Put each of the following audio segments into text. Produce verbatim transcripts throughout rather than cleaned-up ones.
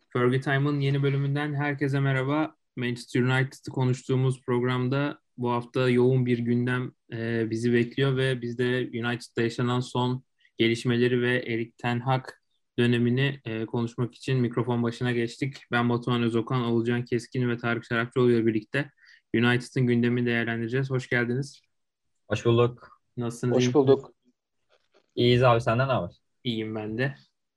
Fergie Time'ın yeni bölümünden herkese merhaba. Manchester United'ı konuştuğumuz programda bu hafta yoğun bir gündem e, bizi bekliyor ve biz de United'da yaşanan son gelişmeleri ve Erik Ten Hag dönemini e, konuşmak için mikrofon başına geçtik. Ben Batuhan Özokan, Oğulcan Keskin ve Tarık Şarapçıoğlu ile birlikte United'ın gündemini değerlendireceğiz. Hoş geldiniz. Hoş bulduk. Nasılsınız, iyi Hoş misiniz? bulduk. İyiyiz abi, senden ne haber? İyiyim ben de.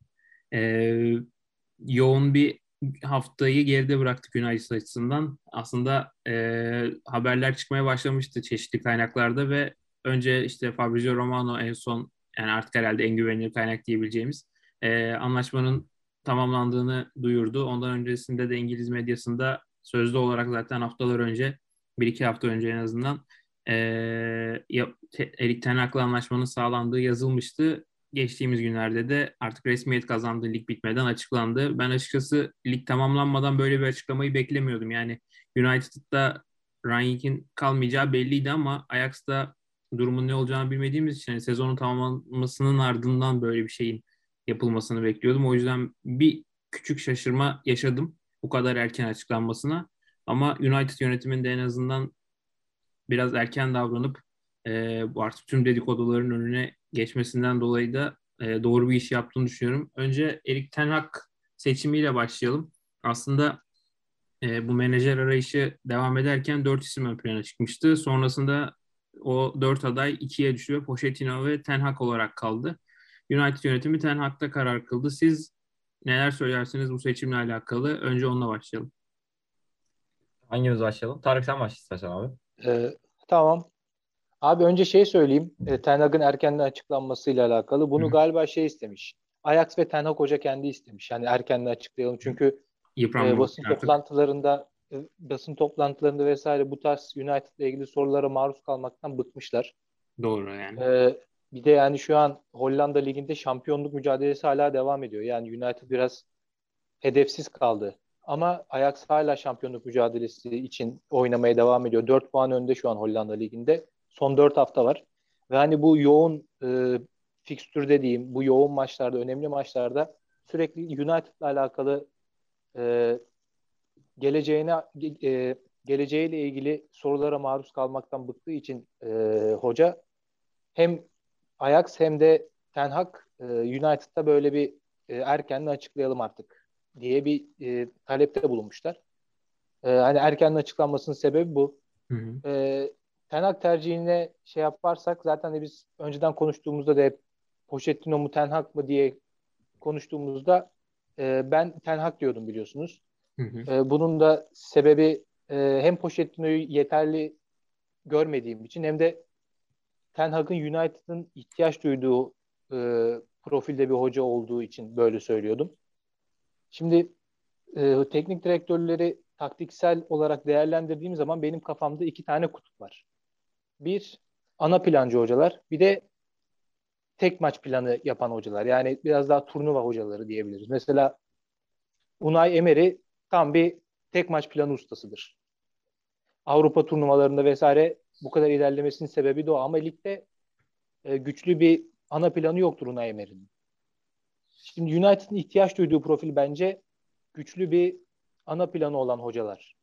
Ee, Yoğun bir haftayı geride bıraktık United açısından. Aslında e, haberler çıkmaya başlamıştı çeşitli kaynaklarda ve önce işte Fabrizio Romano en son, yani artık herhalde en güvenilir kaynak diyebileceğimiz e, anlaşmanın tamamlandığını duyurdu. Ondan öncesinde de İngiliz medyasında sözlü olarak zaten haftalar önce, bir iki hafta önce en azından e, ya- te- Erik Ten Hag'la anlaşmanın sağlandığı yazılmıştı. Geçtiğimiz günlerde de artık resmiyet kazandığı lig bitmeden açıklandı. Ben açıkçası lig tamamlanmadan böyle bir açıklamayı beklemiyordum. Yani United'da Rangnick'in kalmayacağı belliydi ama Ajax'ta durumun ne olacağını bilmediğimiz için, yani sezonun tamamlanmasının ardından böyle bir şeyin yapılmasını bekliyordum. O yüzden bir küçük şaşırma yaşadım bu kadar erken açıklanmasına. Ama United yönetiminde en azından biraz erken davranıp e, bu artık tüm dedikoduların önüne geçmesinden dolayı da e, doğru bir iş yaptığını düşünüyorum. Önce Erik Ten Hag seçimiyle başlayalım. Aslında e, bu menajer arayışı devam ederken dört isim ön plana çıkmıştı. Sonrasında o dört aday ikiye düşüyor. Pochettino ve Ten Hag olarak kaldı. United yönetimi Ten Hag'da karar kıldı. Siz neler söylersiniz bu seçimle alakalı? Önce onunla başlayalım. Hangimiz başlayalım? Tarık, sen başla istersen abi. Ee, tamam. Abi önce şey söyleyeyim. E, Ten Hag'ın erkenden açıklanmasıyla alakalı. Hı Bunu hı. galiba şey istemiş. Ajax ve Ten Hag Hoca kendi istemiş. Yani erkenden açıklayalım. Çünkü e, Yıpranmamak basın için artık. toplantılarında e, basın toplantılarında vesaire bu tarz United'la ilgili sorulara maruz kalmaktan bıkmışlar. Doğru yani. E, Bir de yani şu an Hollanda Ligi'nde şampiyonluk mücadelesi hala devam ediyor. Yani United biraz hedefsiz kaldı. Ama Ajax hala şampiyonluk mücadelesi için oynamaya devam ediyor. Dört puan önde şu an Hollanda Ligi'nde. Son dört hafta var. Ve hani bu yoğun e, fikstür dediğim, bu yoğun maçlarda, önemli maçlarda sürekli United'la alakalı e, geleceğine e, geleceğiyle ilgili sorulara maruz kalmaktan bıktığı için e, hoca hem Ajax hem de Ten Hag e, United'da böyle bir e, erkenden açıklayalım artık diye bir e, talepte bulunmuşlar. E, hani erkenden açıklanmasının sebebi bu. Hı hı. E, Ten Hag tercihine şey yaparsak zaten de biz önceden konuştuğumuzda da hep Pochettino mu Ten Hag mı diye konuştuğumuzda e, ben Ten Hag diyordum biliyorsunuz. Hı hı. E, bunun da sebebi e, hem Pochettino'yu yeterli görmediğim için hem de Ten Hag'ın United'ın ihtiyaç duyduğu e, profilde bir hoca olduğu için böyle söylüyordum. Şimdi e, teknik direktörleri taktiksel olarak değerlendirdiğim zaman benim kafamda iki tane kutup var. Bir, ana plancı hocalar, bir de tek maç planı yapan hocalar. Yani biraz daha turnuva hocaları diyebiliriz. Mesela Unai Emery tam bir tek maç planı ustasıdır. Avrupa turnuvalarında vesaire bu kadar ilerlemesinin sebebi de o. Ama ligde e, güçlü bir ana planı yoktur Unai Emery'nin. Şimdi United'ın ihtiyaç duyduğu profil bence güçlü bir ana planı olan hocalar.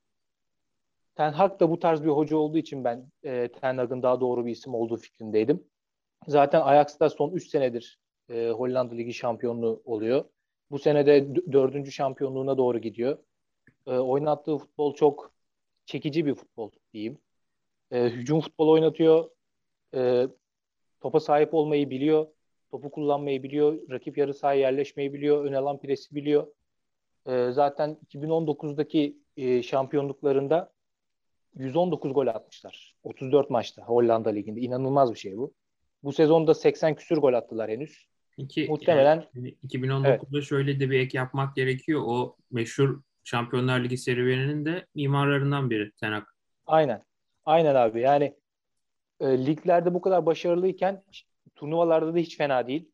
Ten Hag da bu tarz bir hoca olduğu için ben e, Ten Hag'ın daha doğru bir isim olduğu fikrindeydim. Zaten Ajax'ta son üç senedir e, Hollanda Ligi şampiyonluğu oluyor. Bu sene de dördüncü şampiyonluğuna doğru gidiyor. E, oynattığı futbol çok çekici bir futbol diyeyim. E, hücum futbolu oynatıyor. E, Topa sahip olmayı biliyor. Topu kullanmayı biliyor. Rakip yarı sahaya yerleşmeyi biliyor. Ön alan presi biliyor. E, zaten iki bin on dokuzdaki e, şampiyonluklarında yüz on dokuz gol atmışlar. otuz dört maçta Hollanda Ligi'nde. İnanılmaz bir şey bu. Bu sezonda seksen küsür gol attılar henüz. İki, yani Muhtemelen evet. iki bin on dokuzda şöyle de bir ek yapmak gerekiyor. O meşhur Şampiyonlar Ligi serüveninin de mimarlarından biri Ten Hag. Aynen. Aynen abi. Yani e, liglerde bu kadar başarılıyken turnuvalarda da hiç fena değil.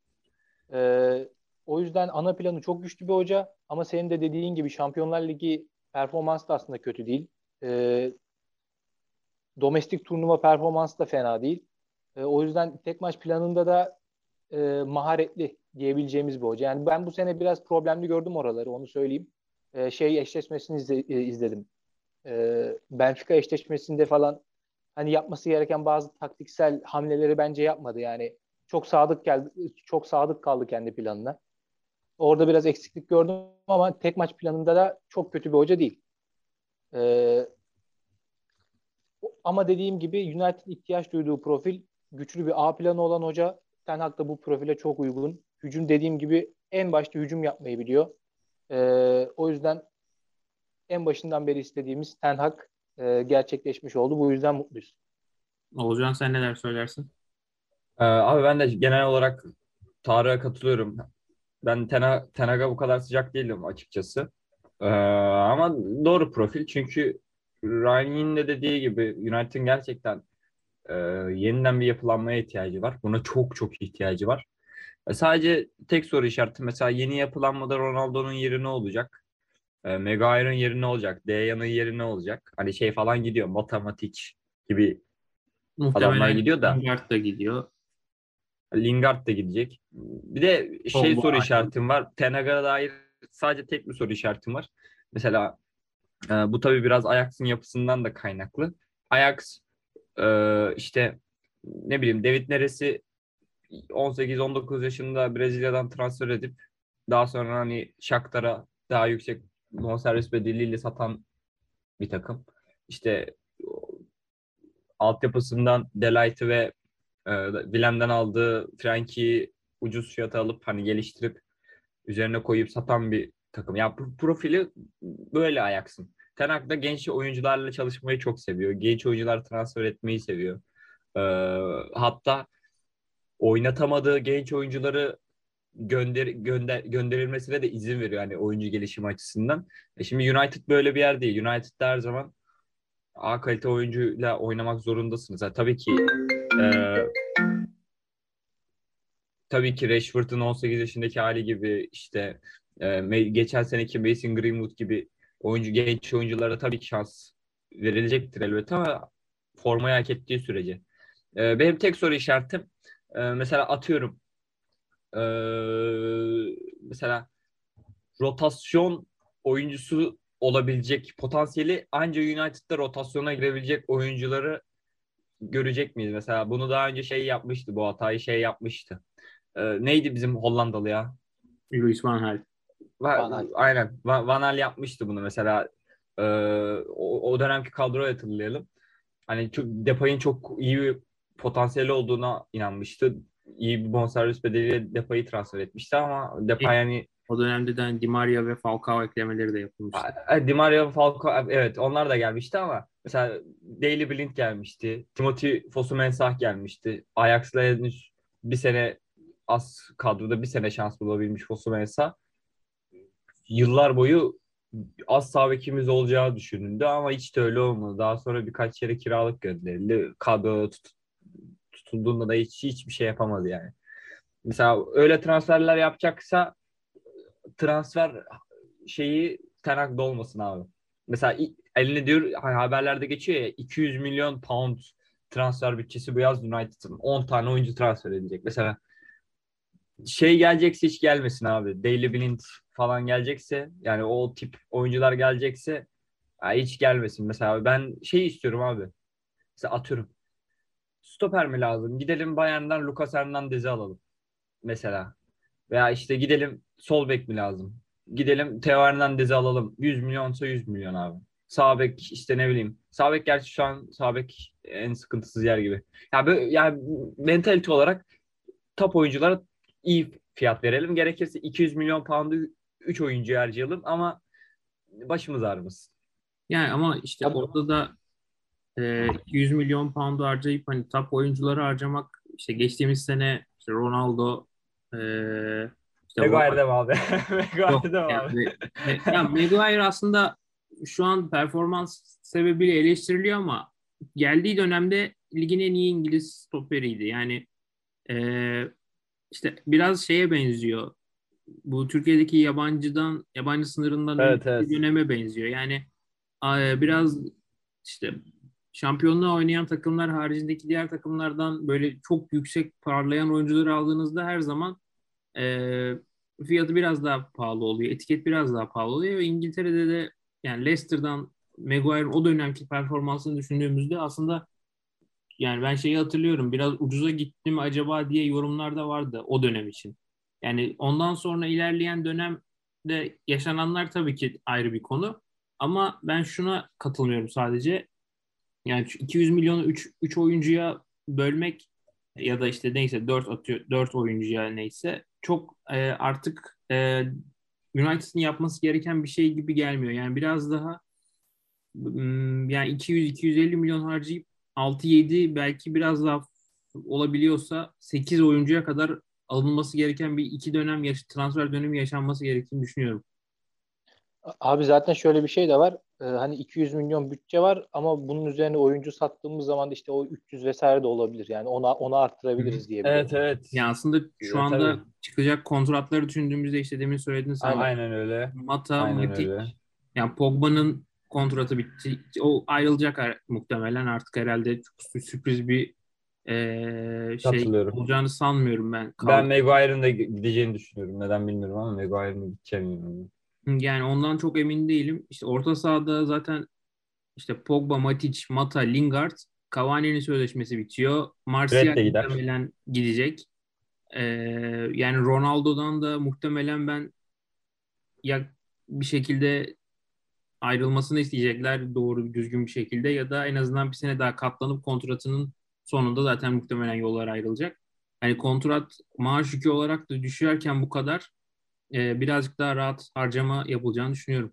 E, O yüzden ana planı çok güçlü bir hoca ama senin de dediğin gibi Şampiyonlar Ligi performansı da aslında kötü değil. E, Domestik turnuva performansı da fena değil. E, o yüzden tek maç planında da e, maharetli diyebileceğimiz bir hoca. Yani ben bu sene biraz problemli gördüm oraları onu söyleyeyim. e, şey eşleşmesini izle, e, izledim. E, Benfica eşleşmesinde falan hani yapması gereken bazı taktiksel hamleleri bence yapmadı. Yani çok sadık geldi, çok sadık kaldı kendi planına. Orada biraz eksiklik gördüm ama tek maç planında da çok kötü bir hoca değil. E, Ama dediğim gibi United ihtiyaç duyduğu profil güçlü bir A planı olan hoca. Ten Hag da bu profile çok uygun. Hücum dediğim gibi en başta hücum yapmayı biliyor. Ee, o yüzden en başından beri istediğimiz Ten Hag e, gerçekleşmiş oldu. Bu yüzden mutluyuz. Olcan, sen neler söylersin? Ee, abi ben de genel olarak Tarık'a katılıyorum. Ben Tena, Tenag'a bu kadar sıcak değilim açıkçası. Ee, ama doğru profil çünkü Ryan'in de dediği gibi United'ın gerçekten e, yeniden bir yapılanmaya ihtiyacı var. Buna çok çok ihtiyacı var. E, sadece tek soru işareti mesela yeni yapılanmada Ronaldo'nun yeri ne olacak? E, Maguire'ın yeri ne olacak? Dejan'ın yeri ne olacak? Hani şey falan gidiyor. Matematik gibi adamlar Muhtemelen gidiyor da Lingard da gidiyor. Lingard da gidecek. Bir de şey Pogba soru ayrı. işaretim var. Tenag'a dair sadece tek bir soru işaretim var. Mesela e, bu tabii biraz Ajax'ın yapısından da kaynaklı. Ajax e, işte ne bileyim David Neres'i on sekiz on dokuz yaşında Brezilya'dan transfer edip daha sonra hani Shakhtar'a daha yüksek bonservis bedeliyle satan bir takım. İşte altyapısından Delight'ı ve e, Willem'den aldığı Frankie'yi ucuz fiyata alıp hani geliştirip üzerine koyup satan bir takım. Ya bu profili böyle Ajax'ın. Ten Hag da genç oyuncularla çalışmayı çok seviyor. Genç oyuncular transfer etmeyi seviyor. Ee, hatta oynatamadığı genç oyuncuları gönder, gönder gönderilmesine de izin veriyor hani oyuncu gelişimi açısından. E şimdi United böyle bir yer değil. United'da her zaman A kalite oyuncuyla oynamak zorundasınız. Ha, tabii ki e, tabii ki Rashford'un on sekiz yaşındaki hali gibi işte e, geçen seneki Mason Greenwood gibi oyuncu genç oyunculara tabii ki şans verilecektir elbette ama formayı hak ettiği sürece. E, benim tek soru işaretim e, mesela atıyorum e, mesela rotasyon oyuncusu olabilecek potansiyeli ancak United'da rotasyona girebilecek oyuncuları görecek miyiz? Mesela bunu daha önce şey yapmıştı, bu hatayı şey yapmıştı. Ee, neydi bizim Hollandalı ya? Luis van Gaal. Va- Van Hal. Aynen. Va- Van Gaal yapmıştı bunu mesela. Ee, o, o dönemki kadroyu hatırlayalım. Hani çok, Depay'ın çok iyi bir potansiyeli olduğuna inanmıştı. İyi bir bonservis bedeliyle Depay'ı transfer etmişti ama E, Depay yani O dönemde de Di Maria ve Falcao eklemeleri de yapılmıştı. Di Maria, Falcao evet onlar da gelmişti ama mesela Daley Blind gelmişti. Timothy Fosu-Mensah gelmişti. Ajax'la henüz bir sene az kadroda bir sene şans bulabilmiş Fosu-Mensah. Yıllar boyu az sağ bekimiz olacağı düşünüldü ama hiç de öyle olmadı. Daha sonra birkaç yere kiralık gönderildi. Kadro tut- tutulduğunda da hiç hiçbir şey yapamadı yani. Mesela öyle transferler yapacaksa transfer şeyi Ten Hag'da olmasın abi. Mesela i- eline diyor hani haberlerde geçiyor ya iki yüz milyon pound transfer bütçesi bu yaz United'ın on tane oyuncu transfer edecek. Mesela şey gelecekse hiç gelmesin abi. Daley Blind falan gelecekse yani o tip oyuncular gelecekse ya hiç gelmesin. Mesela ben şey istiyorum abi. Mesela atıyorum. Stoper mi lazım? Gidelim Bayern'den Lucas Hernandez'i alalım mesela. Veya işte gidelim sol bek mi lazım? Gidelim Theo Hernandez'i alalım. yüz milyonsa yüz milyon abi. Sağ bek işte ne bileyim. Sağ bek gerçi şu an sağ bek en sıkıntısız yer gibi. Ya böyle, yani mentalite olarak top oyunculara iyi fiyat verelim. Gerekirse iki yüz milyon pound'u üç oyuncuya harcayalım ama başımız ağrımasın. Yani ama işte Tabii. orada da e, iki yüz milyon pound harcayıp hani top oyuncuları harcamak, işte geçtiğimiz sene işte Ronaldo, e, işte Maguire Ronaldo mi abi? Maguire yok mi yani, abi? ve- ve- ya Maguire aslında şu an performans sebebiyle eleştiriliyor ama geldiği dönemde ligin en iyi İngiliz stoperiydi. Yani e, işte biraz şeye benziyor. Bu Türkiye'deki yabancıdan yabancı sınırından Evet önceki evet. döneme benziyor. Yani e, biraz işte şampiyonluğa oynayan takımlar haricindeki diğer takımlardan böyle çok yüksek parlayan oyuncuları aldığınızda her zaman e, fiyatı biraz daha pahalı oluyor. Etiket biraz daha pahalı oluyor ve İngiltere'de de yani Leicester'dan Maguire'ın o dönemki performansını düşündüğümüzde aslında yani ben şeyi hatırlıyorum. Biraz ucuza gitti mi acaba diye yorumlar da vardı o dönem için. Yani ondan sonra ilerleyen dönemde yaşananlar tabii ki ayrı bir konu. Ama ben şuna katılmıyorum sadece. Yani şu iki yüz milyonu üç üç oyuncuya bölmek ya da işte neyse dört atıyor dört oyuncuya neyse çok e, artık e, United'ın yapması gereken bir şey gibi gelmiyor. Yani biraz daha Hmm, yani iki yüz iki yüz elli milyon harcayıp altı yedi belki biraz daha olabiliyorsa sekiz oyuncuya kadar alınması gereken bir iki dönem yaş transfer dönemi yaşanması gerektiğini düşünüyorum. Abi zaten şöyle bir şey de var. Ee, hani iki yüz milyon bütçe var ama bunun üzerine oyuncu sattığımız zaman da işte o üç yüz vesaire de olabilir. Yani ona ona Hı hı. arttırabiliriz diye Evet, biliyorum. evet. Yani aslında şu Ya, tabii. anda çıkacak kontratları düşündüğümüzde işte demin söyledin sen Aynen. Aynen öyle. Mata, Aynen Matic öyle. yani Pogba'nın kontratı bitti. O ayrılacak her- muhtemelen artık herhalde çok sü- sürpriz bir eee, şey Katılıyorum. olacağını sanmıyorum ben. Ben Kaldı. Maguire'ın da gideceğini düşünüyorum. Neden bilmiyorum ama Maguire'ın gideceğini inanıyorum. Yani ondan çok emin değilim. İşte orta sahada zaten işte Pogba, Matic, Mata, Lingard, Cavani'nin sözleşmesi bitiyor. Fred Martial de gider. muhtemelen gidecek. Ee, yani Ronaldo'dan da muhtemelen ben ya bir şekilde ayrılmasını isteyecekler doğru düzgün bir şekilde ya da en azından bir sene daha katlanıp kontratının sonunda zaten muhtemelen yollar ayrılacak. Hani kontrat maaş yükü olarak da düşerken bu kadar e, birazcık daha rahat harcama yapılacağını düşünüyorum.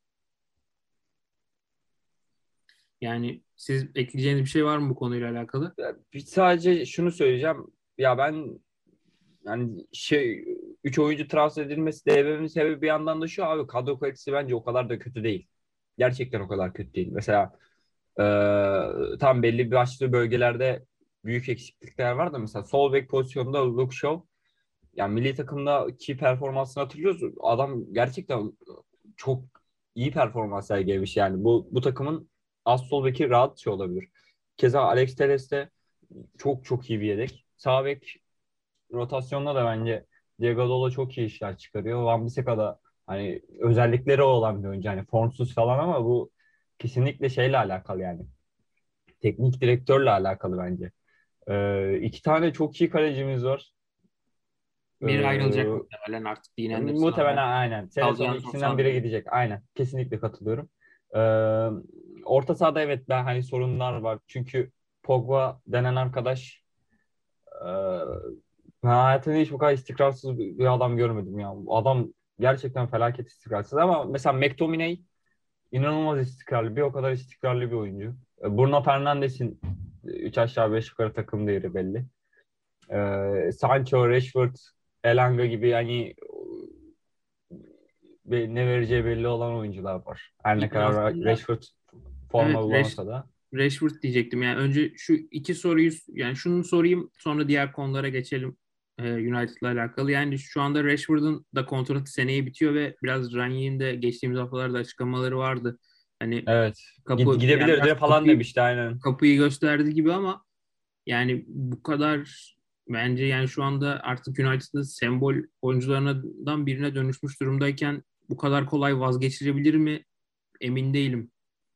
Yani siz ekleyeceğiniz bir şey var mı bu konuyla alakalı? Ya, bir- sadece şunu söyleyeceğim. Ya ben yani şey üç oyuncu transfer edilmesi dememin sebebi bir yandan da şu abi, kadro kalitesi bence o kadar da kötü değil. Gerçekten o kadar kötü değil. Mesela e, tam belli başlı bölgelerde büyük eksiklikler var da mesela sol bek pozisyonunda Luke Shaw, yani milli takımdaki performansını hatırlıyoruz. Adam gerçekten çok iyi performans sergilemiş yani. Bu bu takımın az sol beki rahat şey olabilir. Keza Alex Telles de çok çok iyi bir yedek. Sağ bek rotasyonda da bence Diego Dolo çok iyi işler çıkarıyor. Wan-Bissaka da hani özellikleri olan bir oyuncu. Hani formsuz falan ama bu kesinlikle şeyle alakalı yani. Teknik direktörle alakalı bence. Ee, iki tane çok iyi kalecimiz var. Biri ayrılacak Ee, muhtemelen artık Dean Henderson Muhtemelen alacak. aynen. Sene sonu Kalacağını çok ikisinden biri sanmıyorum. gidecek. Aynen. Kesinlikle katılıyorum. Ee, orta sahada evet ben hani sorunlar var. Çünkü Pogba denen arkadaş e, ben hayatımda hiç bu kadar istikrarsız bir bir adam görmedim ya. Adam gerçekten felaket istikrarsız ama mesela McTominay inanılmaz istikrarlı. Bir o kadar istikrarlı bir oyuncu. Ee, Bruno Fernandes'in üç aşağı beş yukarı takım değeri belli. Ee, Sancho, Rashford, Elanga gibi yani ve ne vereceği belli olan oyuncular var. Her ne Yani kadar aslında Rashford forma evet Rash, bulamasa da. Rashford diyecektim. Yani önce şu iki soruyu yani şunu sorayım sonra diğer konulara geçelim e, United'la alakalı. Yani şu anda Rashford'un da kontratı seneye bitiyor ve biraz Ranieri'nin de geçtiğimiz haftalarda açıklamaları vardı. Hani Evet. kapı Gid- yani Gidebilir biraz de falan kapıyı demişti aynen. kapıyı gösterdi gibi ama yani bu kadar bence yani şu anda artık United'ın sembol oyuncularından birine dönüşmüş durumdayken bu kadar kolay vazgeçilebilir mi? Emin değilim.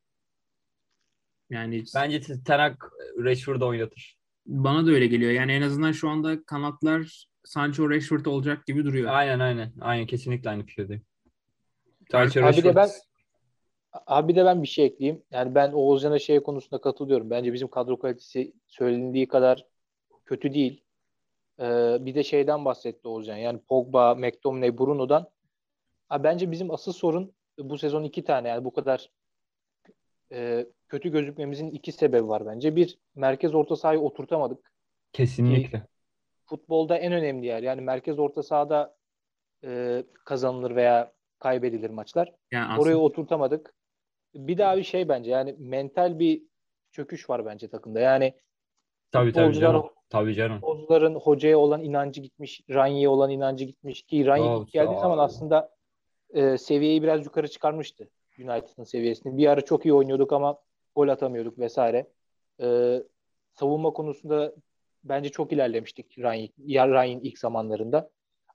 Yani Bence Ten Hag Rashford'u oynatır. bana da öyle geliyor. Yani en azından şu anda kanatlar Sancho Rashford olacak gibi duruyor. Aynen aynen. Aynen kesinlikle aynı fikirdeyim. Sadece Artık Abi de Rashford ben abi de ben bir şey ekleyeyim. Yani ben Oğuzcan'a şey konusunda katılıyorum. Bence bizim kadro kalitesi söylendiği kadar kötü değil. Ee, bir de şeyden bahsetti Oğuzcan. Yani Pogba, McTominay, Bruno'dan. Ha, bence bizim asıl sorun bu sezon iki tane. Yani bu kadar e, kötü gözükmemizin iki sebebi var bence. Bir, merkez orta sahayı oturtamadık. Ki kesinlikle. futbolda en önemli yer. Yani merkez orta sahada e, kazanılır veya kaybedilir maçlar. yani Oraya aslında oturtamadık. Bir daha bir şey bence yani mental bir çöküş var bence takımda. Yani Tabii tabii futbolcular canım. Tabii canım. futbolcuların hocaya olan inancı gitmiş, Ranieri'ye olan inancı gitmiş ki Ranieri Oh, ilk geldiği zaman aslında e, seviyeyi biraz yukarı çıkarmıştı United'ın seviyesini. Bir ara çok iyi oynuyorduk ama gol atamıyorduk vesaire. E, savunma konusunda bence çok ilerlemiştik Ranieri, Ranieri'nin ilk zamanlarında.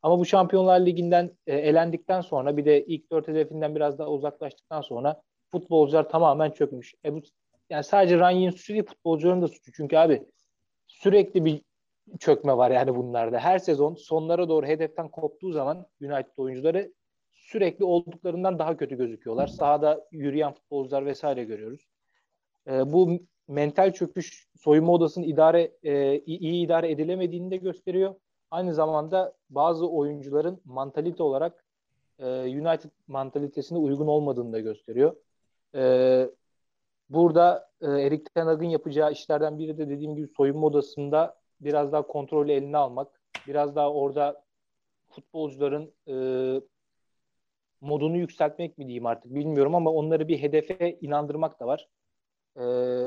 Ama bu Şampiyonlar Ligi'nden e, elendikten sonra bir de ilk dört hedefinden biraz daha uzaklaştıktan sonra futbolcular tamamen çökmüş. E bu, yani sadece Ranya'nın suçu değil, futbolcuların da suçu. Çünkü abi sürekli bir çökme var yani bunlarda. Her sezon sonlara doğru hedeften koptuğu zaman United oyuncuları sürekli olduklarından daha kötü gözüküyorlar. Sahada yürüyen futbolcular vesaire görüyoruz. E, bu mental çöküş soyunma odasının idare e, iyi idare edilemediğini de gösteriyor. Aynı zamanda bazı oyuncuların mantalite olarak e, United mantalitesine uygun olmadığını da gösteriyor. E, burada e, Erik Ten Hag'ın yapacağı işlerden biri de dediğim gibi soyunma odasında biraz daha kontrolü eline almak, biraz daha orada futbolcuların e, modunu yükseltmek mi diyeyim artık bilmiyorum ama onları bir hedefe inandırmak da var. E,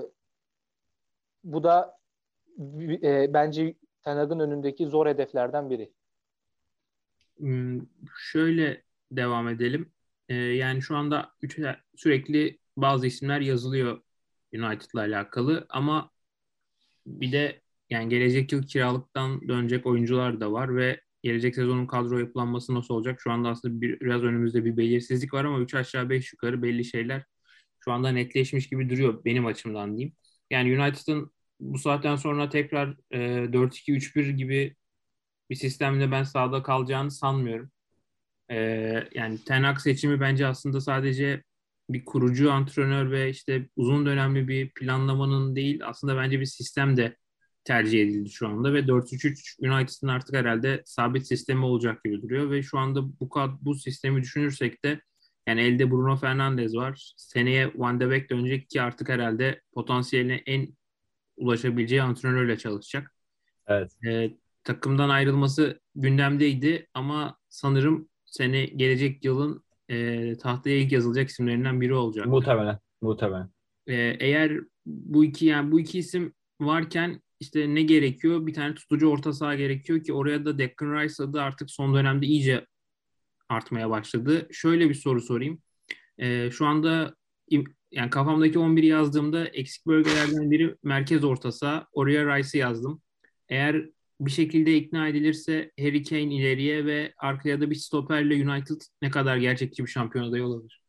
bu da e, bence Ten Hag'ın önündeki zor hedeflerden biri. Hmm, şöyle devam edelim. Ee, yani şu anda üç, sürekli bazı isimler yazılıyor United'la alakalı ama bir de yani gelecek yıl kiralıktan dönecek oyuncular da var ve gelecek sezonun kadro yapılanması nasıl olacak? Şu anda aslında bir, biraz önümüzde bir belirsizlik var ama üç aşağı beş yukarı belli şeyler şu anda netleşmiş gibi duruyor benim açımdan diyeyim. Yani United'ın bu saatten sonra tekrar e, dört iki üç bir gibi bir sistemde ben sahada kalacağını sanmıyorum. Ee, yani Ten Hag seçimi bence aslında sadece bir kurucu antrenör ve işte uzun dönemli bir planlamanın değil aslında bence bir sistem de tercih edildi şu anda ve dört üç üç United'ın artık herhalde sabit sistemi olacak gibi duruyor ve şu anda bu kad- bu sistemi düşünürsek de yani elde Bruno Fernandes var. Seneye Van de Beek dönecek ki artık herhalde potansiyeline en ulaşabileceği antrenörle çalışacak. Evet. Ee, takımdan ayrılması gündemdeydi ama sanırım sene gelecek yılın e, tahtaya ilk yazılacak isimlerinden biri olacak. Muhtemelen. Muhtemelen. Ee, eğer bu iki yani bu iki isim varken işte ne gerekiyor? Bir tane tutucu orta saha gerekiyor ki oraya da Declan Rice adı artık son dönemde iyice artmaya başladı. Şöyle bir soru sorayım. Ee, şu anda im- yani kafamdaki on biri yazdığımda eksik bölgelerden biri merkez orta saha. Oraya Rice'ı yazdım. Eğer bir şekilde ikna edilirse Harry Kane ileriye ve arkaya da bir stoperle United ne kadar gerçekçi bir şampiyon adayı olabilir?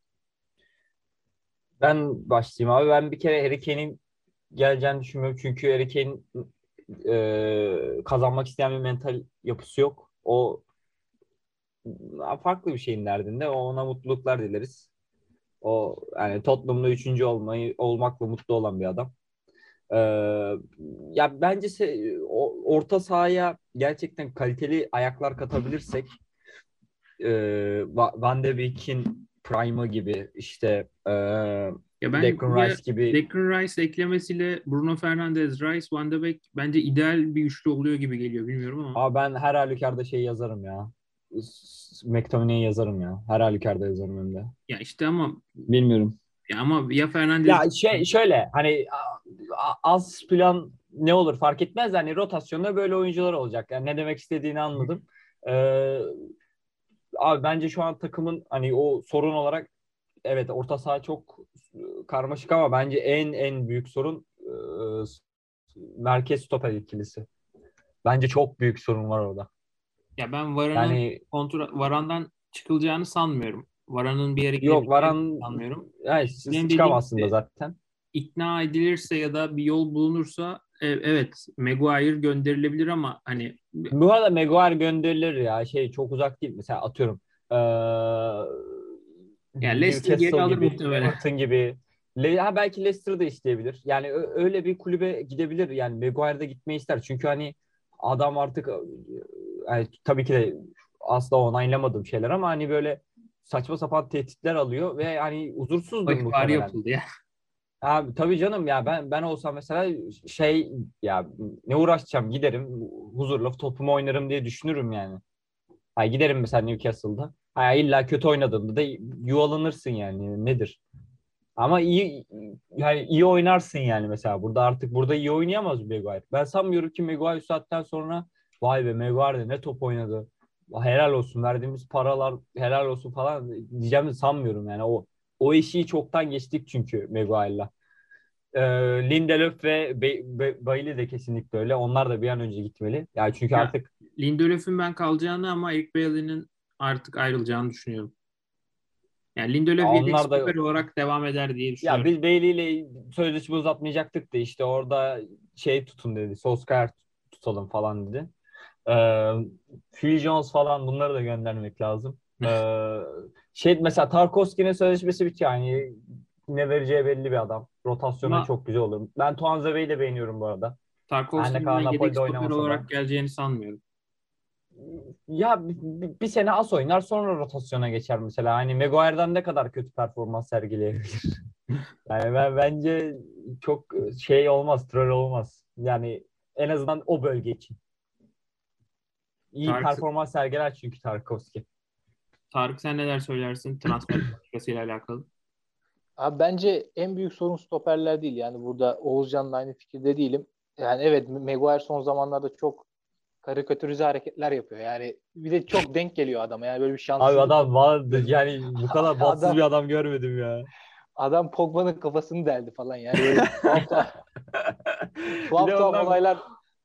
Ben başlayayım abi. Ben bir kere Harry Kane'in geleceğini düşünmüyorum. Çünkü Harry Kane e, kazanmak isteyen bir mental yapısı yok. O farklı bir şeyin derdinde. Ona mutluluklar dileriz. O yani Tottenham'da üçüncü olmayı olmakla mutlu olan bir adam. Ee, ya bence se- o- orta sahaya gerçekten kaliteli ayaklar katabilirsek e, Va- Van de Beek'in Prime'ı gibi işte e, Ya ben Declan buraya Rice gibi. Declan Rice eklemesiyle Bruno Fernandes, Rice, Van de Beek bence ideal bir üçlü oluyor gibi geliyor. Bilmiyorum ama. Ama ben her halükarda şey yazarım ya. S- McTominay'i yazarım ya. Her halükarda yazarım hem de. Ya işte ama Bilmiyorum. ya ama ya Fernandes Ya şey şöyle hani a- a- az plan ne olur fark etmez. Hani rotasyonda böyle oyuncular olacak. Yani ne demek istediğini anladım. Ee, abi bence şu an takımın hani o sorun olarak evet orta saha çok e, karmaşık ama bence en en büyük sorun e, merkez stoper ikilisi. Bence çok büyük sorun var orada. ya ben Varane Yani kontra Varane'dan çıkılacağını sanmıyorum. Varane'ın bir yere yok gidebileceğini Varan sanmıyorum. yani Benim dediğim çıkamazsın da gibi zaten. ikna edilirse ya da bir yol bulunursa e, evet Maguire gönderilebilir ama hani Bu arada Maguire gönderilir ya. Şey çok uzak değil. Mesela atıyorum eee, yani Leicester geri Newcastle alır gibi, muhtemelen. Everton gibi. Le ha, belki Leicester da isteyebilir. Yani ö- öyle bir kulübe gidebilir. Yani Maguire da gitmeyi ister. Çünkü hani adam artık e, yani tabii ki de asla onaylamadığım şeyler ama hani böyle saçma sapan tehditler alıyor ve hani huzursuzdur Ihbarı muhtemelen. yapıldı ya. Abi tabii canım ya ben ben olsam mesela şey ya ne uğraşacağım giderim huzurla topumu oynarım diye düşünürüm yani. Ha, giderim mesela Newcastle'da. Ha, illa kötü oynadığında da yuvalanırsın yani nedir? Ama iyi yani iyi oynarsın yani mesela. Burada artık burada iyi oynayamaz Maguire. Ben sanmıyorum ki Maguire şu saatten sonra vay be Maguire de ne top oynadı. Helal olsun verdiğimiz paralar helal olsun falan diyeceğimi sanmıyorum yani. O o eşiği çoktan geçtik çünkü Maguire'la. Ee, Lindelöf ve Be- Be- Bailey de kesinlikle öyle. Onlar da bir an önce gitmeli. Yani çünkü Ya artık Lindelöf'ün ben kalacağını ama Eric Bailly'nin artık ayrılacağını düşünüyorum. Yani Ya Lindelöf yedek onlar da stoper olarak devam eder diye ya düşünüyorum. biz Bailey ile sözleşme uzatmayacaktık da işte orada şey tutun dedi. Solskjaer tutalım falan dedi. Ee, Phil Jones falan bunları da göndermek lazım. Ee, şey mesela Tarkovski'nin sözleşmesi bitiyor yani ne vereceği belli bir adam. Rotasyona Ama çok güzel olur. Ben Tuanzebe'yi de beğeniyorum bu arada. Her ne Tarkovski'nin ben kadar yedek Napoli'de stoper oynamasa da. olarak geleceğini sanmıyorum. Ya bir, bir- bir sene az oynar sonra rotasyona geçer mesela. Hani Maguire'dan ne kadar kötü performans sergileyebilir. Yani ben bence çok şey olmaz, troll olmaz. Yani en azından o bölge için. İyi Tarık, performans sergiler çünkü Tarkovski. Tarık sen neler söylersin transfer politikasıyla alakalı? Abi bence en büyük sorun stoperler değil. Yani burada Oğuzcan'la aynı fikirde değilim. Yani evet, Maguire son zamanlarda çok karikatürize hareketler yapıyor. Yani bir de çok denk geliyor adama. Yani böyle bir Abi şanssızlık adam vardı oluyor. yani bu kadar bahtsız bir Adam adam görmedim ya. adam Pogba'nın kafasını deldi falan. Yani böyle tuhaf tuhaf, Bir de tuhaf tuhaf ondan olaylar.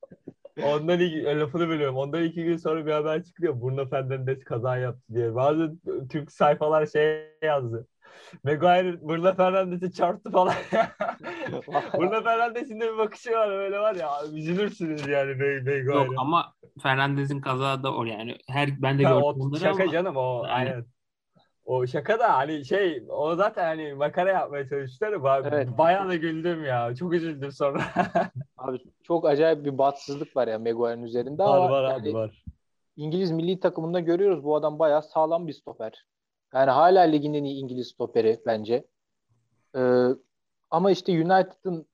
ondan iki, lafını bölüyorum. Ondan iki gün sonra bir haber çıkıyor. Bruno Fernandes kaza yaptı diye. Bazı Türk sayfalar şey yazdı. Maguire Bruno Fernandes'i çarptı falan. Bruno Fernandes'in de bir bakışı var öyle var ya. Üzülürsünüz yani Yok Maguire'a. ama Fernandez'in kazada o yani her ben de Ha, gördüm o onları şaka ama canım o yani aynen. O şaka da hani şey o zaten hani makara yapmaya çalıştılar. Evet. Ba- Bayağı da güldüm ya. Çok üzüldüm sonra. Abi çok acayip bir bahtsızlık var ya Maguire'ın üzerinde Var ama var abi yani var. İngiliz milli takımında görüyoruz bu adam bayağı sağlam bir stoper. Yani hala ligin en iyi İngiliz stoperi bence. Ee, ama işte United'ın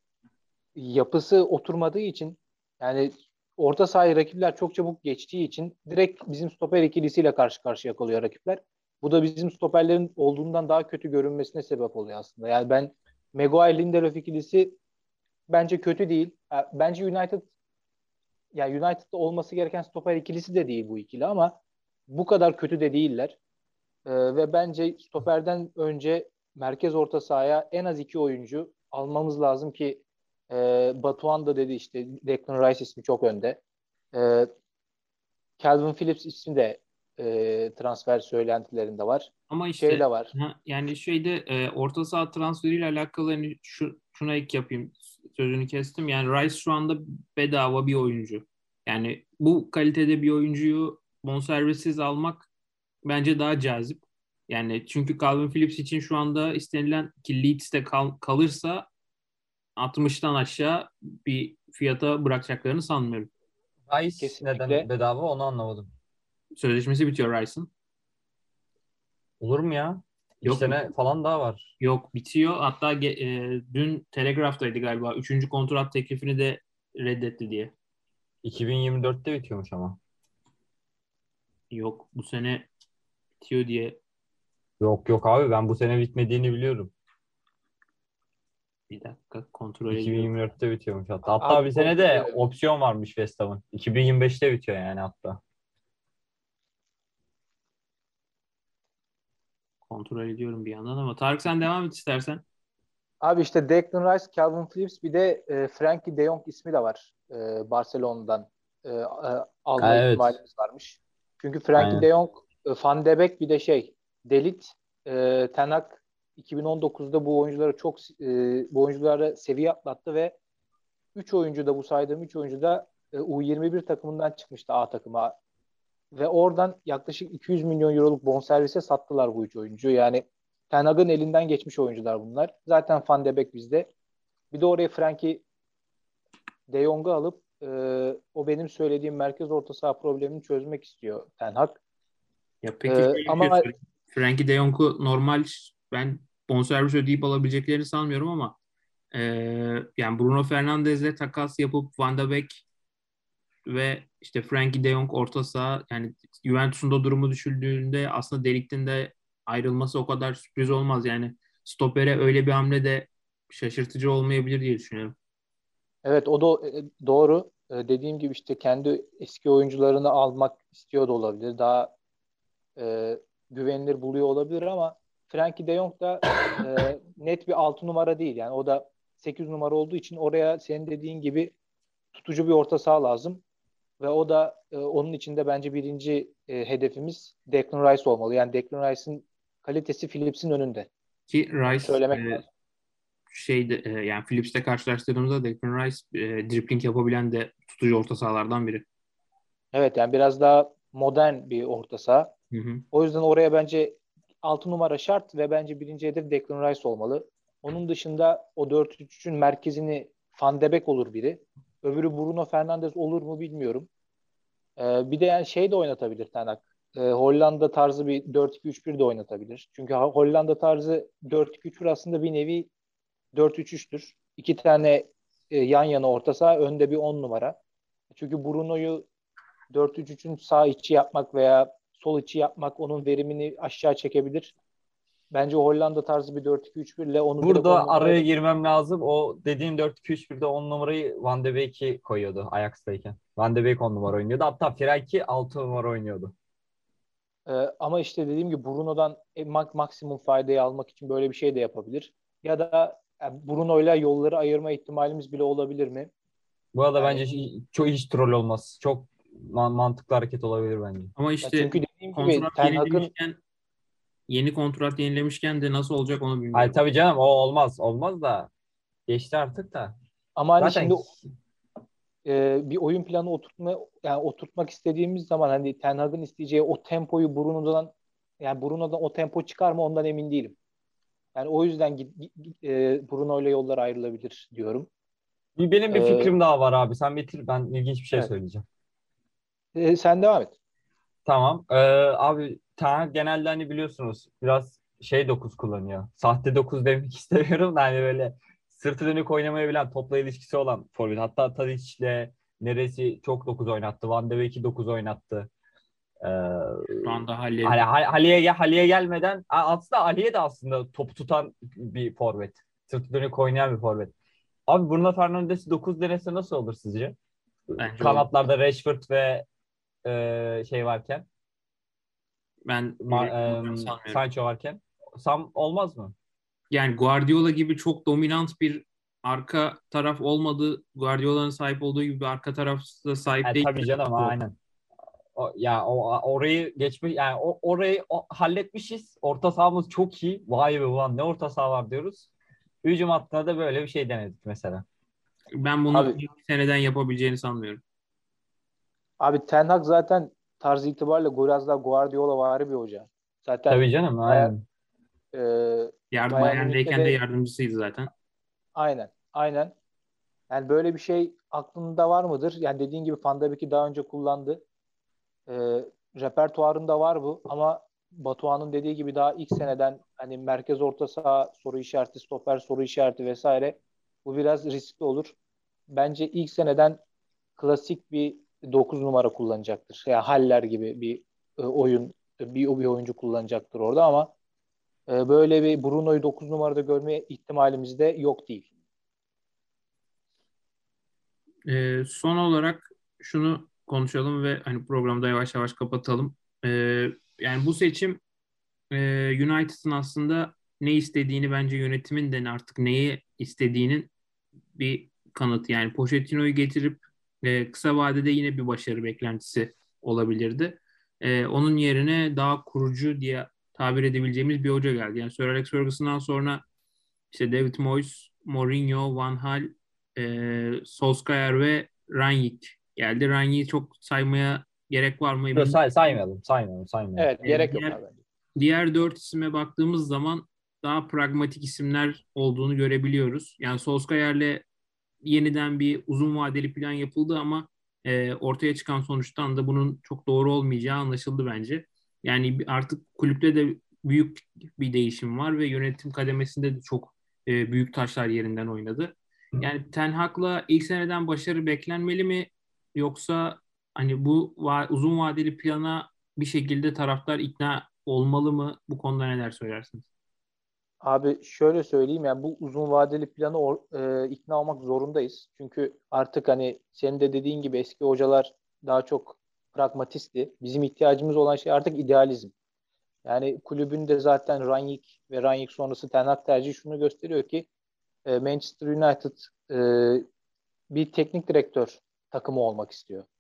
yapısı oturmadığı için, yani orta sahayı rakipler çok çabuk geçtiği için direkt bizim stoper ikilisiyle karşı karşıya kalıyor rakipler. Bu da bizim stoperlerin olduğundan daha kötü görünmesine sebep oluyor aslında. Yani ben Maguire Lindelöf ikilisi bence kötü değil. Ha, bence United, yani United'da olması gereken stoper ikilisi de değil bu ikili ama bu kadar kötü de değiller. Ee, ve bence stoperden önce merkez orta sahaya en az iki oyuncu almamız lazım ki e, Batuhan da dedi işte Declan Rice ismi çok önde. E, Calvin Phillips ismi de e, transfer söylentilerinde var. ama Şey işte de var. ha, yani şeyde e, orta saha transferiyle alakalı hani şu şuna ek yapayım sözünü kestim. Yani Rice şu anda bedava bir oyuncu. Yani bu kalitede bir oyuncuyu bonservissiz almak bence daha cazip. Yani çünkü Calvin Phillips için şu anda istenilen ki Leeds'te kal- kalırsa altmıştan aşağı bir fiyata bırakacaklarını sanmıyorum. Rice neden Kesinlikle. bedava onu anlamadım. Sözleşmesi bitiyor Rice'ın. Olur mu ya? İki Yok sene falan daha var. yok bitiyor. Hatta ge- e, dün Telegraph'taydı galiba. Üçüncü kontrat teklifini de reddetti diye. iki bin yirmi dörtte bitiyormuş ama. Yok bu sene bitiyor diye Yok yok abi ben bu sene bitmediğini biliyorum. bir dakika kontrol ediyorum. iki bin yirmi dörtte bitiyormuş hatta. Hatta Abi bir sene kontrol de ediyorum. opsiyon varmış West Ham'ın. iki bin yirmi beşte bitiyor yani hatta. Kontrol ediyorum bir yandan ama Tarık sen devam et istersen. Abi işte Declan Rice, Calvin Phillips bir de e, Frankie de Jong ismi de var. E, Barcelona'dan e, e, alma Ha, evet. ihtimalimiz varmış. Çünkü Frankie de Aynen. Jong, e, Van de Beek bir de şey Delit, e, Ten Hag iki bin on dokuzda bu oyuncuları çok e, bu oyunculara seviye atlattı ve üç oyuncu da bu saydığım üç oyuncu da e, U yirmi bir takımından çıkmıştı A takıma ve oradan yaklaşık iki yüz milyon euroluk bonservise sattılar bu üç oyuncu. Yani Ten Hag'ın elinden geçmiş oyuncular bunlar. Zaten Van de Beek bizde. Bir de oraya Frankie de Jong'u alıp e, o benim söylediğim merkez orta saha problemini çözmek istiyor Ten Hag. Ya E, peki şöyle bir şey ama söyleyeyim. Frankie de Jong'u normal ben bonservis ödeyip alabileceklerini sanmıyorum ama e, yani Bruno Fernandes'le takas yapıp Van de Beek ve işte Frankie de Jong orta saha yani Juventus'un da durumu düşüldüğünde aslında Delik'ten de ayrılması o kadar sürpriz olmaz. Yani stopere öyle bir hamle de şaşırtıcı olmayabilir diye düşünüyorum. evet, o da e, doğru. E, dediğim gibi işte kendi eski oyuncularını almak istiyor da olabilir. Daha e, güvenilir buluyor olabilir ama Frankie de Jong da e, net bir altı numara değil. Yani o da sekiz numara olduğu için oraya senin dediğin gibi tutucu bir orta saha lazım. ve o da e, onun içinde bence birinci e, hedefimiz Declan Rice olmalı. Yani Declan Rice'ın kalitesi Phillips'in önünde. Ki Onu Rice söylemek e, lazım. şeyde e, yani Phillips'te karşılaştırdığımızda Declan Rice e, dribbling yapabilen de tutucu orta sahalardan biri. Evet, yani biraz daha modern bir orta saha. Hı hı. O yüzden oraya bence altı numara şart ve bence birinci hedef Declan Rice olmalı. Onun dışında o dört üç üçün merkezini Van de Beek olur biri. Öbürü Bruno Fernandes olur mu bilmiyorum. Ee, bir de yani şey de oynatabilir Ten Hag. Ee, Hollanda tarzı bir dört iki üç bir de oynatabilir. Çünkü Ha- Hollanda tarzı dört iki üç bir aslında bir nevi dört üç üçtür. İki tane e, yan yana orta saha, önde bir on numara. Çünkü Bruno'yu dört üç üçün sağ içi yapmak veya sol içi yapmak onun verimini aşağı çekebilir. Bence Hollanda tarzı bir dört iki üç bir ile onu direkt on Burada numaraya araya da girmem lazım. O dediğin dört iki üç birde on numarayı Van de Beek'i koyuyordu Ajax'tayken. Van de Beek on numara oynuyordu. Hatta Frenkie altı numara oynuyordu. Ee, ama işte dediğim gibi Bruno'dan e, mak- maksimum faydayı almak için böyle bir şey de yapabilir. Ya da yani Bruno'yla yolları ayırma ihtimalimiz bile olabilir mi? Bu arada bence Yani hiç- çok hiç troll olmaz. Çok man- mantıklı hareket olabilir bence. Ama ya işte çünkü dediğim gibi kontrat Ten Hag'ın yenilemişken yeni kontrat yenilemişken de nasıl olacak onu Ay bilmiyorum. tabii canım o olmaz. Olmaz da geçti artık da. ama hani Zaten şimdi e, bir oyun planı oturtma yani oturtmak istediğimiz zaman hani Ten Hag'ın isteyeceği o tempoyu Bruno'dan yani Bruno'dan o tempo çıkar mı ondan emin değilim. Yani o yüzden git, git- e, Bruno ile yollar ayrılabilir diyorum. bir benim bir E, fikrim daha var abi. Sen bitir ben ilginç bir şey evet. söyleyeceğim. E, sen devam et. Tamam. Ee, abi Taha genelde hani biliyorsunuz biraz şey dokuz kullanıyor. Sahte dokuz demek istemiyorum da hani böyle sırtı dönük oynamayı bilen topla ilişkisi olan forvet. Hatta Tadic'le neresi çok dokuz oynattı. Van de Beek'i dokuz oynattı. Ee, Şu anda hani halleri Ha- Ali'ye gel- Ali'ye gelmeden a- aslında Ali'ye de aslında topu tutan bir forvet. Sırtı dönük oynayan bir forvet. Abi Bruno Fernandes'i dokuz denese nasıl olur sizce? bence olmaz. Kanatlarda Rashford ve e, şey varken. Ben Ma, verimli olacağını em, sanmıyorum. Sancho varken. Sam olmaz mı? Yani Guardiola gibi çok dominant bir arka taraf olmadı. Guardiola'nın sahip olduğu gibi bir arka tarafta sahip E, değil. tabii canım aynen. O, ya o orayı geçmiş yani o, orayı o, halletmişiz. Orta sahamız çok iyi. Vay be ulan ne orta saha var diyoruz. Hücum hattına da böyle bir şey denedik mesela. Ben bunu Abi bir seneden yapabileceğini sanmıyorum. abi Ten Hag zaten tarz itibariyle biraz daha Guardiola vari bir hoca. Zaten Tabii canım Bayern, aynen. e, Yard Bayern Münih'te Bayern'deyken de de yardımcısıydı zaten. aynen aynen. Yani böyle bir şey aklında var mıdır? Yani dediğin gibi Van de Beek'i daha önce kullandı. E, repertuarında var bu ama Batuhan'ın dediği gibi daha ilk seneden hani merkez orta saha soru işareti, stoper soru işareti vesaire bu biraz riskli olur. Bence ilk seneden klasik bir dokuz numara kullanacaktır. Ya yani Haller gibi bir e, oyun bir, bir oyuncu kullanacaktır orada ama e, böyle bir Bruno'yu dokuz numarada görme ihtimalimiz de yok değil. Ee, son olarak şunu konuşalım ve hani programda yavaş yavaş kapatalım. Ee, yani bu seçim e, United'ın aslında ne istediğini bence yönetimin de artık neyi istediğinin bir kanıtı. Yani Pochettino'yu getirip e, kısa vadede yine bir başarı beklentisi olabilirdi. E, onun yerine daha kurucu diye tabir edebileceğimiz bir hoca geldi. Yani Sir Alex Ferguson'dan sonra işte David Moyes, Mourinho, Van Gaal, e, Solskjaer ve Rangnick geldi. Rangnick'i çok saymaya gerek var mı Yok, emin say, saymayalım, saymayalım, saymayalım. Evet, e, gerek yok diğer abi. diğer dört isime baktığımız zaman daha pragmatik isimler olduğunu görebiliyoruz. Yani Solskjaer'le yeniden bir uzun vadeli plan yapıldı ama e, ortaya çıkan sonuçtan da bunun çok doğru olmayacağı anlaşıldı bence. Yani artık kulüpte de büyük bir değişim var ve yönetim kademesinde de çok e, büyük taşlar yerinden oynadı. Yani Ten Hag'la ilk seneden başarı beklenmeli mi yoksa hani bu va- uzun vadeli plana bir şekilde taraftar ikna olmalı mı? Bu konuda neler söylersiniz? Abi şöyle söyleyeyim yani bu uzun vadeli planı or- e, ikna olmak zorundayız. Çünkü artık hani senin de dediğin gibi eski hocalar daha çok pragmatistti. Bizim ihtiyacımız olan şey artık idealizm. Yani kulübün de zaten Rangnick ve Rangnick sonrası Ten Hag tercihi şunu gösteriyor ki e, Manchester United e, bir teknik direktör takımı olmak istiyor.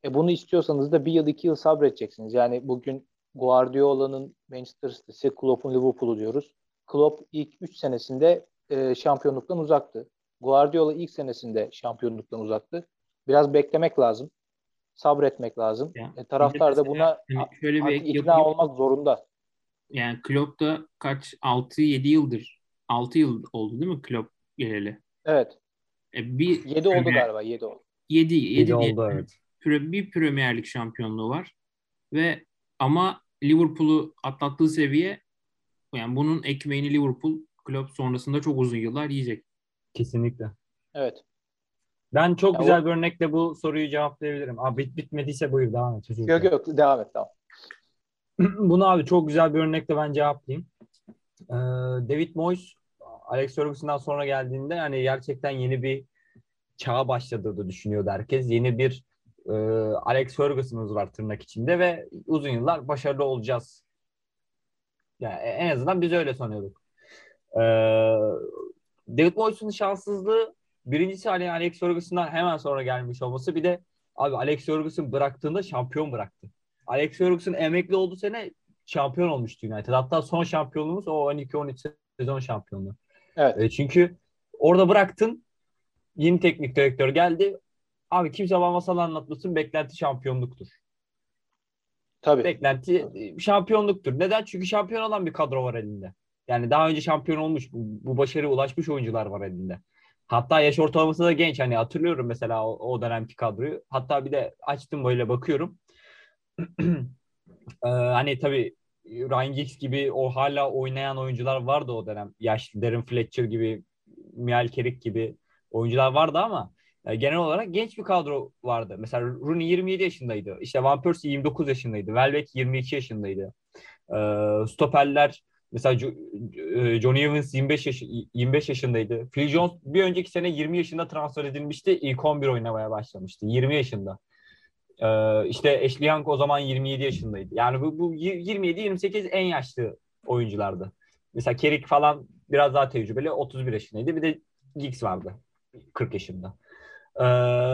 E bunu istiyorsanız da bir yıl iki yıl sabredeceksiniz. Yani bugün Guardiola'nın Manchester City'si, Klopp'un Liverpool'u diyoruz. Klopp ilk üç senesinde e, şampiyonluktan uzaktı. Guardiola ilk senesinde şampiyonluktan uzaktı. Biraz beklemek lazım. Sabretmek lazım. Ya, E, bir de taraftar da mesela buna hani a- şöyle bir artık ek ikna yapayım. olmak zorunda. Yani Klopp da kaç altı yedi yıldır altı yıl oldu değil mi Klopp geleli? Evet. E, bir Yedi oldu Premier galiba. Yedi oldu. yedi yedi yedi diye oldu evet. bir Premier Lig şampiyonluğu var ve ama Liverpool'u atlattığı seviye, yani bunun ekmeğini Liverpool Klopp sonrasında çok uzun yıllar yiyecek. Kesinlikle. Evet. Ben çok Ya o, güzel bir örnekle bu soruyu cevaplayabilirim. Abi bit bitmediyse buyur devam et. Özür yok dilerim. yok devam et tamam. Bunu abi çok güzel bir örnekle ben cevaplayayım. Ee, David Moyes Alex Ferguson'dan sonra geldiğinde hani gerçekten yeni bir çağa başladığını düşünüyordu herkes. Yeni bir e, Alex Ferguson'ımız var tırnak içinde ve uzun yıllar başarılı olacağız. Yani en azından biz öyle sanıyorduk. Ee, David Moyes'un şanssızlığı birincisi hani Alex Ferguson'dan hemen sonra gelmiş olması. Bir de abi Alex Ferguson bıraktığında şampiyon bıraktı. Alex Ferguson emekli olduğu sene şampiyon olmuştu United. Hatta son şampiyonluğumuz o on iki on üç sezon şampiyonluğu. Evet. E, çünkü orada bıraktın, yeni teknik direktör geldi. Abi kimse bana masal anlatmasın, beklenti şampiyonluktur. Tabii. Beklenti e, şampiyonluktur. Neden? Çünkü şampiyon olan bir kadro var elinde. Yani daha önce şampiyon olmuş, bu, bu başarıya ulaşmış oyuncular var elinde. Hatta yaş ortalaması da genç. Hani hatırlıyorum mesela o, o dönemki kadroyu. Hatta bir de açtım böyle bakıyorum. Ee, hani tabii Ryan Giggs gibi o hala oynayan oyuncular vardı o dönem. Yaşlı Darren Fletcher gibi, Michael Carrick gibi oyuncular vardı ama e, genel olarak genç bir kadro vardı. Mesela Rooney yirmi yedi yaşındaydı. İşte Van Persie yirmi dokuz yaşındaydı. Welbeck yirmi iki yaşındaydı. Ee, stoperler mesela Jo- e, Johnny Evans yirmi beş yaş yirmi beş yaşındaydı. Phil Jones bir önceki sene yirmi yaşında transfer edilmişti. İlk on bir oynamaya başlamıştı. yirmi yaşında. Ee, işte Ashley Young o zaman yirmi yedi yaşındaydı. Yani bu, bu yirmi yedi yirmi sekiz en yaşlı oyunculardı. Mesela Carrick falan biraz daha tecrübeli, otuz bir yaşındaydı. Bir de Giggs vardı kırk yaşında. Ee,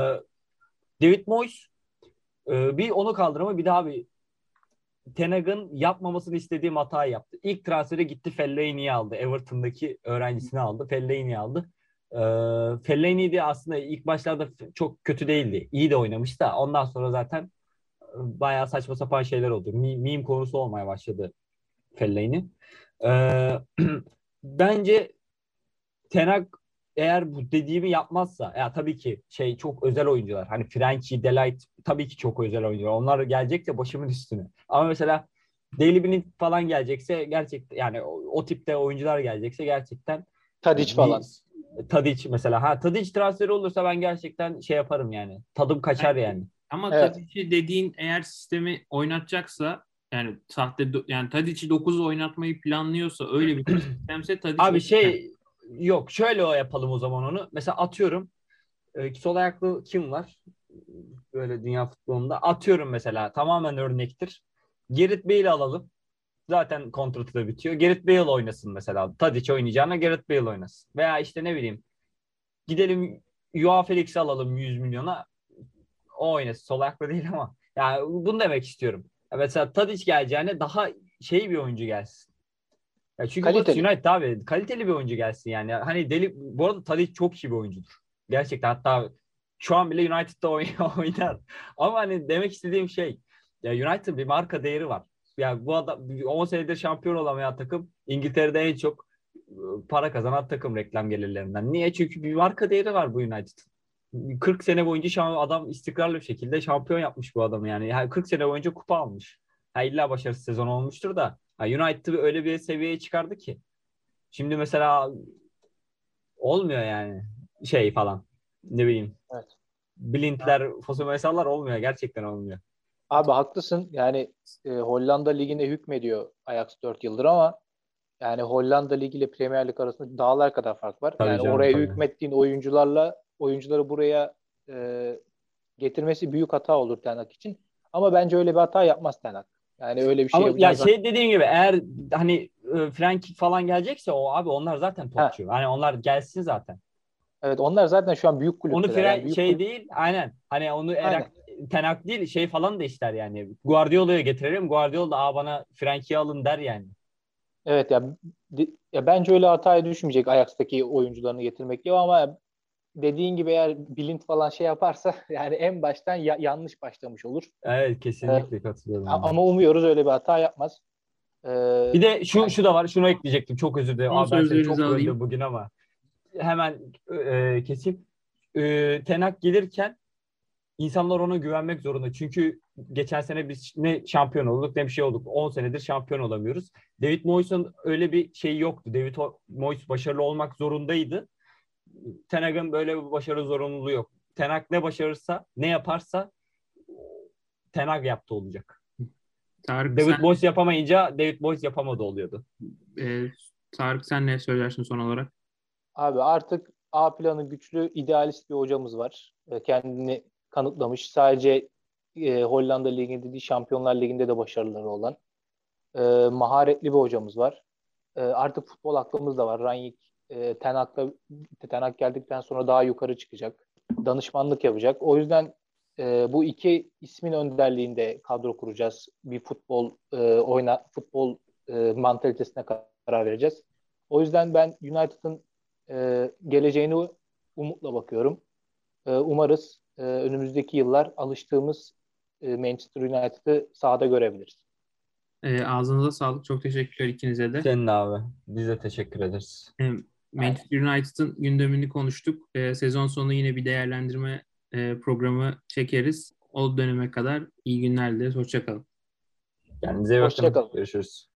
David Moyes e, bir onu kaldırımı bir daha bir Ten Hag'ın yapmamasını istediğim hatayı yaptı. İlk transferi gitti Fellaini'yi aldı. Everton'daki öğrencisini aldı. Fellaini'yi aldı. Ee, Fellaini de aslında ilk başlarda çok kötü değildi. İyi de oynamış da ondan sonra zaten bayağı saçma sapan şeyler oldu. Meme konusu olmaya başladı Fellaini. Ee, bence Ten Hag eğer bu dediğimi yapmazsa ya tabii ki şey çok özel oyuncular. Hani Frenkie, Delight tabii ki çok özel oyuncular. Onlar gelecekse başımın üstüne. Ama mesela Daily Blind falan gelecekse gerçekten yani o, o tipte oyuncular gelecekse gerçekten Tadic bir falan. Tadic mesela. Ha Tadic transferi olursa ben gerçekten şey yaparım yani. Tadım kaçar Bence. yani. Ama Evet. Tadic'i dediğin eğer sistemi oynatacaksa, yani sahte do- yani Tadic'i dokuz oynatmayı planlıyorsa, öyle bir sistemse Tadic Abi oynayacak. şey yok şöyle o yapalım o zaman onu. Mesela atıyorum e, sol ayaklı kim var? Böyle dünya futbolunda. Atıyorum mesela tamamen örnektir. Gareth Bale alalım. Zaten kontratı da bitiyor. Gareth Bale oynasın mesela. Tadic oynayacağına Gareth Bale oynasın. Veya işte ne bileyim gidelim Joao Felix'i alalım yüz milyona. O oynasın. Sol ayaklı değil ama. Yani bunu demek istiyorum. Ya mesela Tadic geleceğine daha şey bir oyuncu gelsin. Ya çünkü burası Kaliteli. United abi. Kaliteli bir oyuncu gelsin yani. Hani deli bu arada Tadic çok iyi bir oyuncudur. Gerçekten hatta şu an bile United'da oynar. Ama hani demek istediğim şey ya United bir marka değeri var. Yani bu adam on senedir şampiyon olamayan takım İngiltere'de en çok ıı, para kazanan takım reklam gelirlerinden. Niye? Çünkü bir marka değeri var bu United. kırk sene boyunca şam- adam istikrarlı bir şekilde şampiyon yapmış bu adamı yani. Yani kırk sene boyunca kupa almış. Ha, illa başarısız sezon olmuştur da ha, United'ı öyle bir seviyeye çıkardı ki. Şimdi mesela olmuyor yani şey falan. Ne bileyim. Evet. Blintler, Fosu olmuyor. Gerçekten olmuyor. Abi haklısın. Yani e, Hollanda Ligi'ne hükmediyor Ajax dört yıldır ama yani Hollanda Ligi ile Premier Lig arasında dağlar kadar fark var. Tabii Yani canım oraya tabii. hükmettiğin oyuncularla oyuncuları buraya e, getirmesi büyük hata olur Ten Hag için. Ama bence öyle bir hata yapmaz Ten Hag. Yani öyle bir şey Ama ya yapacağını şey zannetmiyorum. dediğim gibi eğer hani e, Frank falan gelecekse o abi onlar zaten Ha, topçu. Hani onlar gelsin zaten. evet onlar zaten şu an büyük Onu kulüpteler. Yani fren büyük şey kulüp değil aynen. Hani onu Erak aynen. Ten Hag değil şey falan da ister yani. Guardiola'ya getirelim. Guardiola aa bana Frankie'yi alın der yani. Evet ya, di- ya bence öyle hataya düşmeyecek Ajax'taki oyuncularını getirmekle, ama dediğin gibi eğer Blind falan şey yaparsa yani en baştan ya- yanlış başlamış olur. Evet Ee, kesinlikle katılıyorum a- abi. ama umuyoruz öyle bir hata yapmaz. Ee, Bir de şu ben şu da var. Şunu ekleyecektim. Çok özür dilerim. Son Abi ben seni sözlerinizi çok alayım. böldüm bugün ama hemen e, kesip e, Ten Hag gelirken İnsanlar ona güvenmek zorunda. Çünkü geçen sene biz ne şampiyon olduk ne bir şey olduk. on senedir şampiyon olamıyoruz. David Moyes'un öyle bir şeyi yoktu. David Moyes başarılı olmak zorundaydı. Ten Hag'ın böyle bir başarı zorunluluğu yok. Ten Hag ne başarırsa, ne yaparsa Ten Hag yaptı olacak. Tarık sen David Moyes yapamayınca David Moyes yapamadı oluyordu. e, Tarık sen ne söylersin son olarak? Abi artık A planı güçlü, idealist bir hocamız var. Ee, kendini kanıtlamış. Sadece e, Hollanda Ligi'nde değil, Şampiyonlar Ligi'nde de başarıları olan. E, maharetli bir hocamız var. E, artık futbol aklımız da var. Rangnick, e, Ten Hag'la, Ten Hag geldikten sonra daha yukarı çıkacak. Danışmanlık yapacak. O yüzden e, bu iki ismin önderliğinde kadro kuracağız. Bir futbol e, oyna futbol e, mantalitesine karar vereceğiz. O yüzden ben United'ın e, geleceğini umutla bakıyorum. E, umarız e, önümüzdeki yıllar alıştığımız e, Manchester United'ı sahada görebiliriz. E, ağzınıza sağlık. Çok teşekkürler ikinize de. Senin abi. Biz de teşekkür ederiz. E, Manchester United'ın gündemini konuştuk. E, sezon sonu yine bir değerlendirme e, programı çekeriz. O döneme kadar iyi günler dileriz. Hoşça kalın. Kendinize iyi bakın. Hoşçakalın. Görüşürüz.